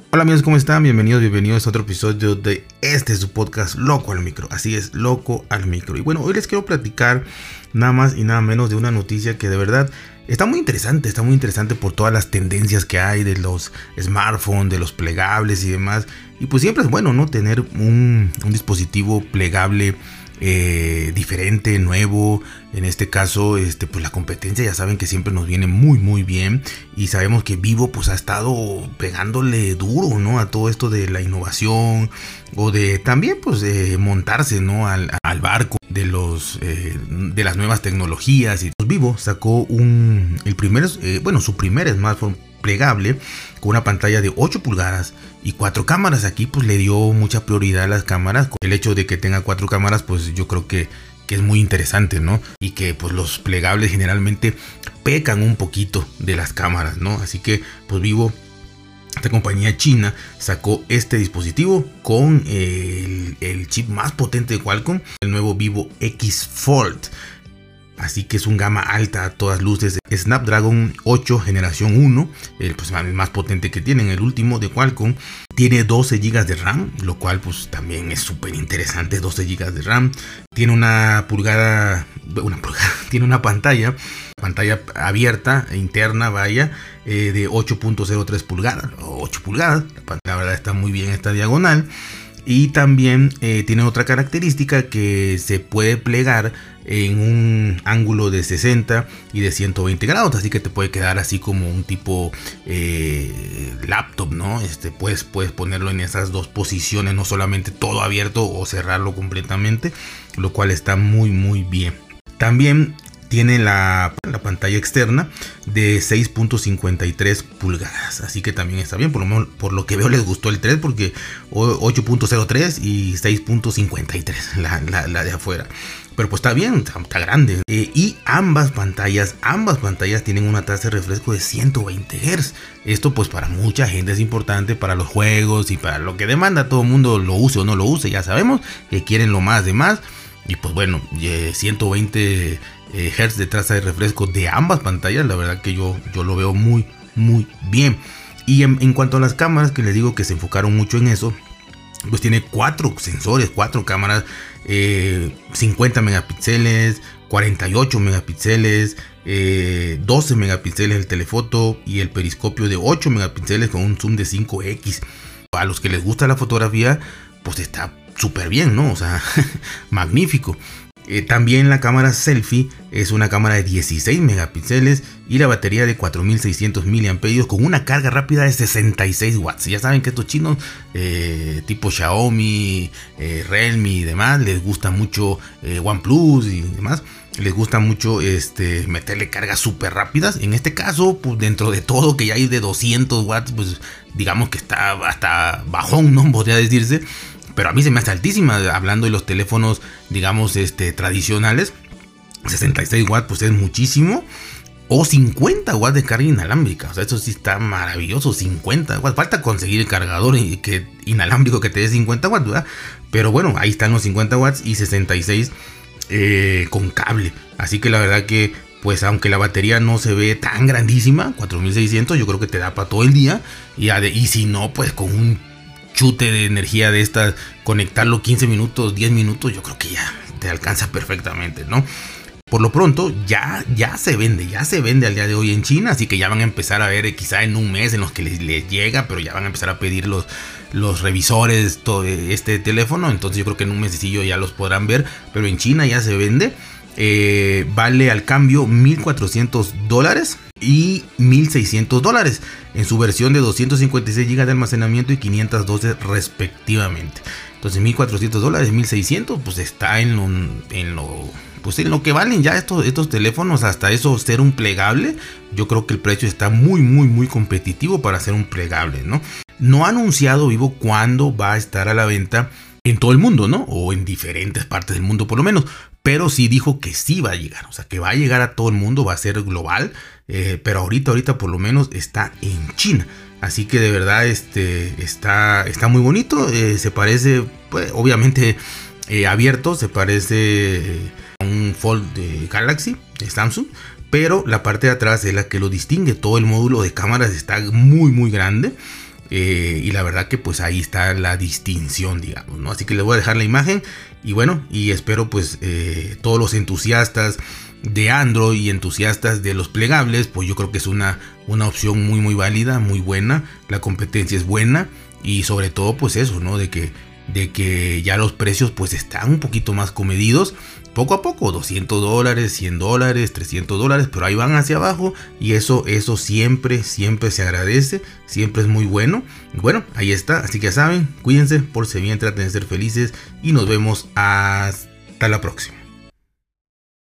Hola amigos, ¿cómo están? Bienvenidos a otro episodio de su podcast Loco al Micro. Así es, Loco al Micro. Y bueno, hoy les quiero platicar nada más y nada menos de una noticia que de verdad está muy interesante por todas las tendencias que hay de los smartphones, de los plegables y demás. Y pues siempre es bueno, ¿no? Tener un dispositivo plegable diferente, nuevo. En este caso, pues la competencia ya saben que siempre nos viene muy bien, y sabemos que Vivo pues ha estado pegándole duro, ¿no? A todo esto de la innovación, o de también pues montarse, ¿no? al barco de de las nuevas tecnologías. Y pues Vivo sacó su primer smartphone plegable con una pantalla de 8 pulgadas y 4 cámaras. Aquí pues le dio mucha prioridad a las cámaras. El hecho de que tenga 4 cámaras pues yo creo que es muy interesante, ¿no? Y que pues los plegables generalmente pecan un poquito de las cámaras, ¿no? Así que pues Vivo, esta compañía china, sacó este dispositivo con el chip más potente de Qualcomm, el nuevo Vivo X Fold. Así que es un gama alta a todas luces, Snapdragon 8 generación 1, el más potente que tienen, el último de Qualcomm. Tiene 12 GB de RAM, lo cual pues también es súper interesante, 12 GB de RAM. Tiene tiene una pantalla abierta interna, de 8.03 pulgadas, 8 pulgadas. La verdad está muy bien esta diagonal. Y también tiene otra característica, que se puede plegar en un ángulo de 60 y de 120 grados, así que te puede quedar así como un tipo laptop, ¿no? Puedes ponerlo en esas dos posiciones, no solamente todo abierto o cerrarlo completamente, lo cual está muy bien. También tiene la pantalla externa de 6.53 pulgadas, así que también está bien. Por lo que veo les gustó el 3, porque 8.03 y 6.53 la de afuera. Pero pues está bien, está grande. Y ambas pantallas tienen una tasa de refresco de 120 Hz. Esto pues para mucha gente es importante, para los juegos y para lo que demanda todo el mundo, lo use o no lo use. Ya sabemos que quieren lo más de más. Y pues bueno, 120 Hz de tasa de refresco de ambas pantallas, la verdad que yo lo veo muy bien. Y en cuanto a las cámaras, que les digo que se enfocaron mucho en eso, pues tiene 4 sensores, 4 cámaras, 50 megapíxeles, 48 megapíxeles, 12 megapíxeles el telefoto, y el periscopio de 8 megapíxeles con un zoom de 5x. A los que les gusta la fotografía, pues está súper bien, ¿no? O sea, magnífico. También la cámara selfie es una cámara de 16 megapíxeles y la batería de 4600 mAh con una carga rápida de 66 watts. Ya saben que estos chinos tipo Xiaomi, Realme y demás, les gusta mucho OnePlus y demás, les gusta mucho meterle cargas súper rápidas. En este caso, pues dentro de todo que ya hay de 200 watts, pues digamos que está hasta bajón, ¿no? Podría decirse. Pero a mí se me hace altísima, hablando de los teléfonos, digamos, tradicionales. 66 watts, pues es muchísimo. O 50 watts de carga inalámbrica. O sea, eso sí está maravilloso. 50 watts. Falta conseguir el cargador inalámbrico que te dé 50 watts, ¿verdad? Pero bueno, ahí están los 50 watts y 66 con cable. Así que la verdad que, pues aunque la batería no se ve tan grandísima, 4600, yo creo que te da para todo el día. Y si no, pues con un chute de energía de estas, conectarlo 15 minutos, 10 minutos, yo creo que ya te alcanza perfectamente, ¿no? Por lo pronto ya se vende al día de hoy en China, así que ya van a empezar a ver, quizá en un mes en los que les llega, pero ya van a empezar a pedir los revisores todo este teléfono. Entonces yo creo que en un mesecillo ya los podrán ver, pero en China ya se vende. Vale al cambio $1,400 y $1,600 en su versión de 256 GB de almacenamiento y 512 respectivamente. Entonces $1,400, $1,600, pues está en lo que valen ya estos teléfonos. Hasta eso, ser un plegable, yo creo que el precio está muy competitivo para ser un plegable, ¿no? No ha anunciado Vivo cuándo va a estar a la venta en todo el mundo, ¿no? O en diferentes partes del mundo por lo menos. Pero sí dijo que sí va a llegar, o sea, que va a llegar a todo el mundo, va a ser global. Pero ahorita por lo menos está en China. Así que de verdad está muy bonito. Se parece, pues, obviamente abierto, se parece a un Fold de Galaxy, de Samsung. Pero la parte de atrás es la que lo distingue. Todo el módulo de cámaras está muy grande. y la verdad que pues ahí está la distinción, digamos, ¿no? Así que les voy a dejar la imagen y bueno, y espero pues todos los entusiastas de Android y entusiastas de los plegables, pues yo creo que es una opción muy válida, muy buena. La competencia es buena y sobre todo pues eso, ¿no? De que ya los precios pues están un poquito más comedidos. Poco a poco, $200, $100, $300, pero ahí van hacia abajo y eso siempre se agradece, siempre es muy bueno. Bueno, ahí está, así que ya saben, cuídense, por si bien, traten de ser felices y nos vemos hasta la próxima.